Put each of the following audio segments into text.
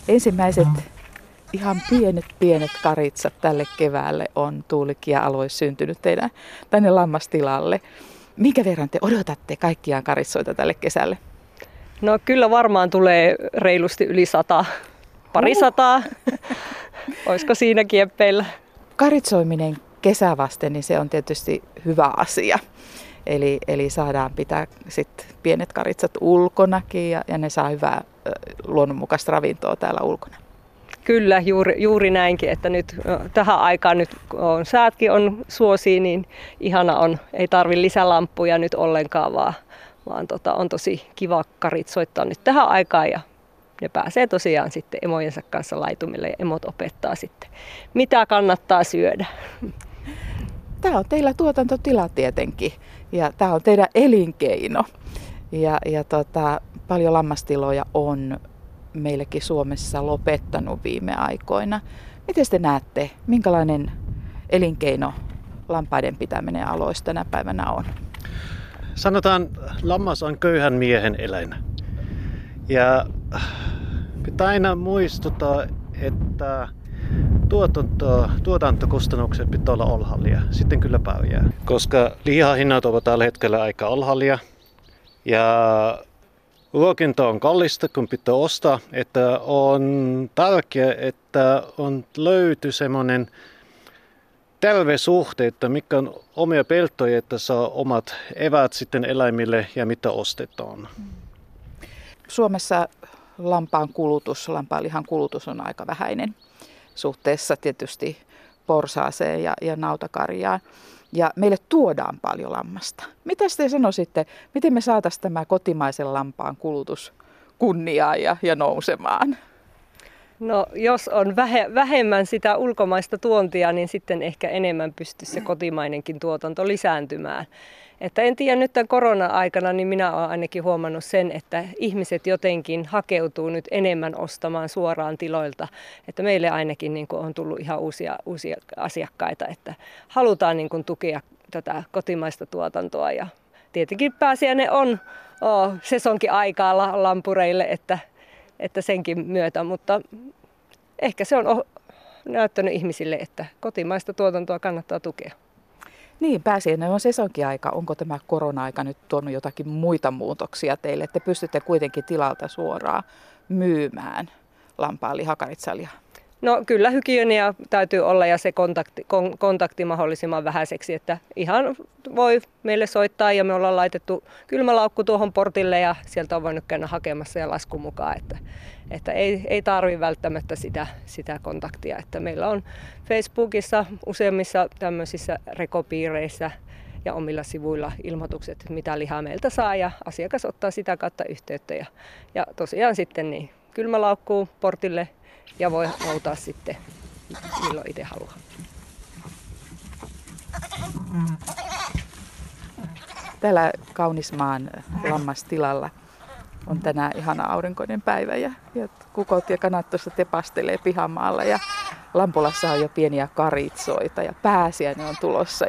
Ensimmäiset ihan pienet karitsat tälle keväälle on Tuulikki ja Alois syntynyt teidän tänne lammastilalle. Minkä verran te odotatte kaikkiaan karitsoita tälle kesälle? No kyllä varmaan tulee reilusti yli 100, pari sataa. Olisiko siinä kieppeillä? Karitsoiminen kesää vasten, niin se on tietysti hyvä asia. Eli saadaan pitää sit pienet karitsat ulkonakin ja ne saa hyvää luonnonmukaista ravintoa täällä ulkona. Kyllä, juuri näinkin, että nyt tähän aikaan nyt kun säätkin on suosia, niin ihana on, ei tarvitse lisälamppuja nyt ollenkaan, vaan on tosi kiva karitsoittaa nyt tähän aikaan ja ne pääsee tosiaan sitten emojensa kanssa laitumille ja emot opettaa sitten, mitä kannattaa syödä. Tämä on teillä tuotantotila tietenkin ja tämä on teidän elinkeino ja paljon lammastiloja on meillekin Suomessa lopettanut viime aikoina. Miten te näette, minkälainen elinkeino lampaiden pitäminen Alois tänä päivänä on? Sanotaan, lammas on köyhän miehen eläin. Ja pitää aina muistuttaa, että tuotantokustannukset pitää olla alhaalia. Sitten kyllä pärjää. Koska lihahinnat ovat tällä hetkellä aika alhaalia. Ja ruokinta on kallista, kun pitää ostaa. Että on tärkeää, että löytyy semmoinen terve suhde, että mikä on omia peltoja, että saa omat eväät sitten eläimille ja mitä ostetaan. Suomessa lampaanlihan kulutus on aika vähäinen suhteessa tietysti porsaaseen ja nautakarjaan. Ja meille tuodaan paljon lammasta. Mitä te sanoisitte, miten me saataisiin tämä kotimaisen lampaan kulutus kunniaan ja nousemaan? No jos on vähemmän sitä ulkomaista tuontia, niin sitten ehkä enemmän pystyisi se kotimainenkin tuotanto lisääntymään. Että en tiedä, nyt tämän korona-aikana niin minä olen ainakin huomannut sen, että ihmiset jotenkin hakeutuu nyt enemmän ostamaan suoraan tiloilta. Että meille ainakin niin kuin on tullut ihan uusia asiakkaita, että halutaan niin kuin tukea tätä kotimaista tuotantoa. Ja tietenkin pääsiäinen on sesonkin aikaa lampureille, että senkin myötä, mutta ehkä se on näyttänyt ihmisille, että kotimaista tuotantoa kannattaa tukea. Niin, pääsiäinen on sesonkiaika. Onko tämä korona-aika nyt tuonut jotakin muita muutoksia teille? Te pystytte kuitenkin tilalta suoraan myymään lampaan lihakaritsalia. No kyllä hygienia täytyy olla ja se kontakti mahdollisimman vähäiseksi, että ihan voi meille soittaa ja me ollaan laitettu kylmälaukku tuohon portille ja sieltä on voinut käydä hakemassa ja laskun mukaan, että ei tarvitse välttämättä sitä kontaktia, että meillä on Facebookissa useimmissa tämmöisissä rekopiireissä ja omilla sivuilla ilmoitukset, mitä lihaa meiltä saa ja asiakas ottaa sitä kautta yhteyttä ja tosiaan sitten niin kylmälaukkuun portille ja voi noutaa sitten milloin itse haluaa. Täällä Kaunismaan lammastilalla on tänään ihana aurinkoinen päivä ja kukot ja kanat tuossa tepastelee pihamaalla ja Lampulassa on jo pieniä karitsoita ja pääsiäinen on tulossa.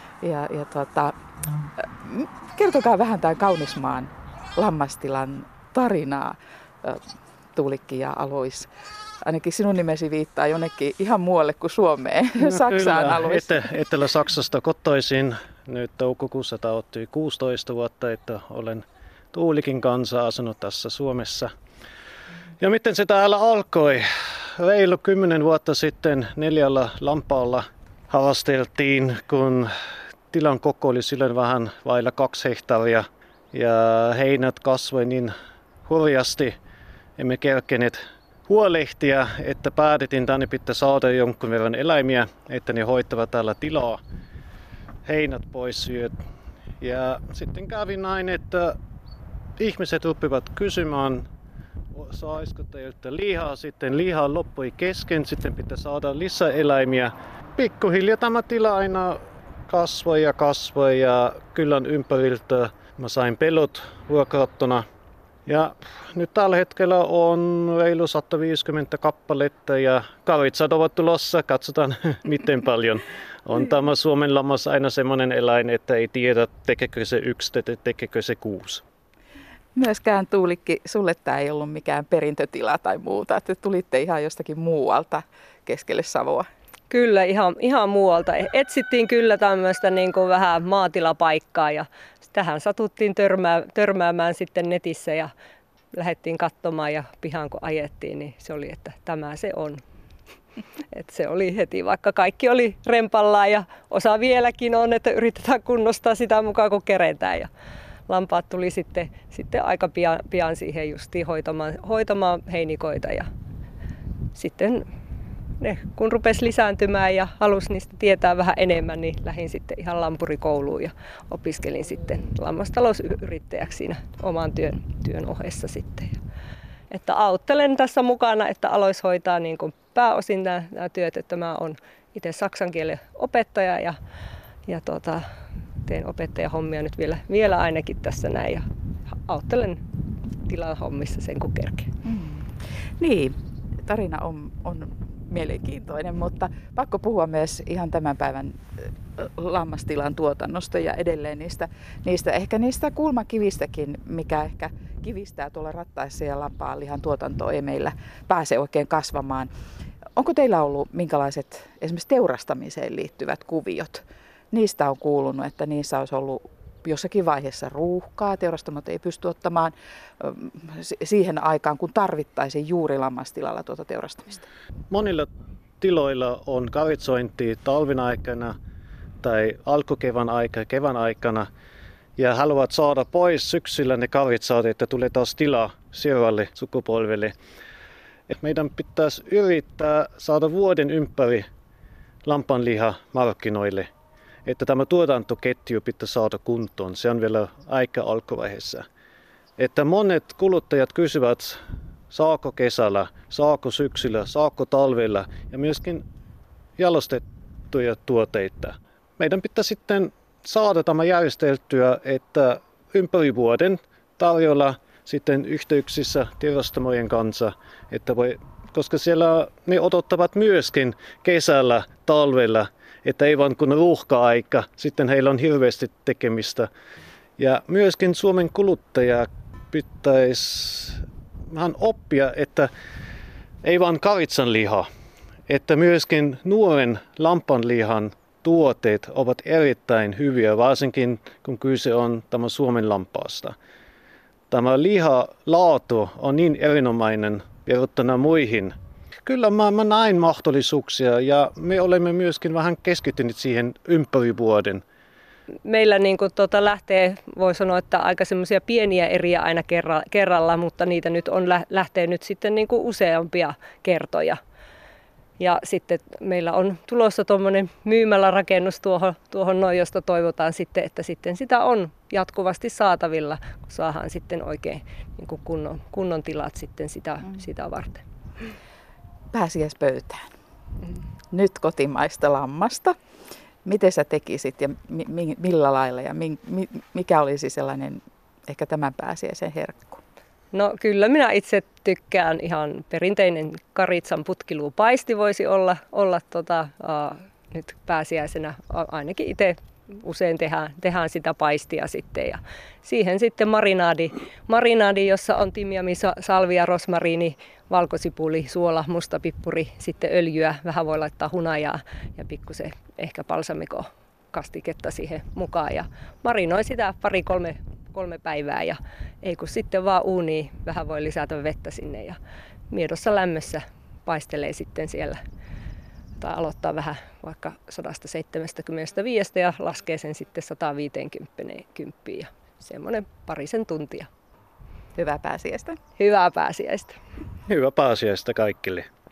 Kertokaa vähän tämän Kaunismaan lammastilan tarinaa, Tuulikki ja Alois. Ainakin sinun nimesi viittaa jonnekin ihan muualle kuin Suomeen, no, Saksaan Alois. Etelä-Saksasta kotoisin. Nyt toukokuussa otti 16 vuotta, että olen Tuulikin kanssa asunut tässä Suomessa. Ja miten se täällä alkoi? Reilu 10 vuotta sitten 4 lampaalla harrasteltiin, kun tilan koko oli silloin vähän vailla 2 hehtaaria. Ja heinät kasvoi niin hurjasti, emme kerkeneet huolehtia, että päätettiin, että tänne pitää saada jonkun verran eläimiä, että ne hoitavat täällä tilaa. Heinät pois syöt. Ja sitten kävi näin, että ihmiset ruppivat kysymään, saisiko teiltä lihaa. Sitten lihaa loppui kesken, sitten pitää saada lisää eläimiä. Pikkuhiljaa tämä tila aina kasvoi ja kylän ympäriltä mä sain pelot vuokrattuna. Ja nyt tällä hetkellä on reilu 150 kappaletta ja karitsat ovat tulossa. Katsotaan miten paljon. On tämä Suomen lammas aina semmoinen eläin, että ei tiedä tekekö se 1 tai tekekö se 6. Myöskään Tuulikki, sulle tämä ei ollut mikään perintötila tai muuta, että tulitte ihan jostakin muualta keskelle Savoa. Kyllä, ihan muualta. Etsittiin kyllä tämmöistä niin kuin vähän maatilapaikkaa ja tähän satuttiin törmäämään sitten netissä ja lähdettiin katsomaan ja pihaan kun ajettiin, niin se oli, että tämä se on. Et se oli heti, vaikka kaikki oli rempallaan ja osa vieläkin on, että yritetään kunnostaa sitä mukaan kun keretään. Ja lampaat tuli sitten aika pian siihen justiin hoitamaan heinikoita ja sitten ne kun rupesi lisääntymään ja halusi niistä tietää vähän enemmän, niin lähdin sitten ihan lampurikouluun ja opiskelin sitten lammastalousyrittäjäksi siinä oman työn ohessa sitten. Että auttelen tässä mukana, että alois hoitaa niin kuin pääosin nämä työt, että mä oon itse saksan kielen opettaja ja teen opettajahommia nyt vielä ainakin tässä näin ja auttelen tilan hommissa sen kun kerkeen. Niin, tarina on mielenkiintoinen, mutta pakko puhua myös ihan tämän päivän lammastilan tuotannosta ja edelleen niistä kulmakivistäkin, mikä ehkä kivistää tuolla rattaissa ja lampaanlihan tuotanto ei meillä pääse oikein kasvamaan. Onko teillä ollut minkälaiset esimerkiksi teurastamiseen liittyvät kuviot? Niistä on kuulunut, että niissä olisi ollut jossakin vaiheessa ruuhkaa. Teurastamot ei pysty ottamaan siihen aikaan, kun tarvittaisiin juuri lammastilalla tuota teurastamista. Monilla tiloilla on karitsointi talvin aikana tai kevään aikana ja haluavat saada pois syksyllä ne karitsat, että tulee taas tilaa seuraavalle sukupolvelle. Et meidän pitäisi yrittää saada vuoden ympäri lampanliha markkinoille. Että tämä tuotantoketju pitää saada kuntoon. Se on vielä aika alkuvaiheessa. Että monet kuluttajat kysyvät, saako kesällä, saako syksyllä, saako talvella ja myöskin jalostettuja tuotteita. Meidän pitää sitten saada tämä järjesteltyä, että ympäri vuoden tarjolla sitten yhteyksissä teurastamojen kanssa, että koska siellä ne odottavat myöskin kesällä, talvella, että ei vaan kun ruuhka-aika, sitten heillä on hirveästi tekemistä. Ja myöskin Suomen kuluttaja pitäisi vähän oppia, että ei vaan karitsanliha, että myöskin nuoren lampanlihan tuotteet ovat erittäin hyviä, varsinkin kun kyse on tämä Suomen lampaasta. Tämä lihalaatu on niin erinomainen verrattuna muihin. Kyllä mä näin mahdollisuuksia ja me olemme myöskin vähän keskittyneet siihen ympäri vuoden. Meillä niin kuin lähtee, voi sanoa, että aika semmoisia pieniä eriä aina kerralla, mutta niitä nyt lähtee nyt sitten niin kuin useampia kertoja. Ja sitten meillä on tulossa tuommoinen myymälärakennus tuohon noin, josta toivotaan sitten, että sitten sitä on jatkuvasti saatavilla, kun saadaan sitten oikein niin kuin kunnon tilat sitten sitä varten. Pääsiäispöytään. Nyt kotimaista lammasta. Miten sä tekisit ja millä lailla ja mikä olisi sellainen ehkä tämän pääsiäisen herkku? No kyllä minä itse tykkään ihan perinteinen karitsan putkiluupaisti voisi olla nyt pääsiäisenä ainakin itse usein tehdään sitä paistia sitten ja siihen sitten marinaadi, jossa on timjami, salvia, rosmariini, valkosipuli, suola, mustapippuri, sitten öljyä, vähän voi laittaa hunajaa ja pikkusen ehkä balsamiko kastiketta siihen mukaan ja marinoi sitä 2-3 päivää ja ei kun sitten vaan uuniin vähän voi lisätä vettä sinne ja miedossa lämmössä paistelee sitten siellä tai aloittaa vähän vaikka 175 ja laskee sen sitten 150 ja semmoinen 2 tuntia. Hyvää pääsiäistä. Hyvää pääsiäistä. Hyvää pääsiäistä kaikille.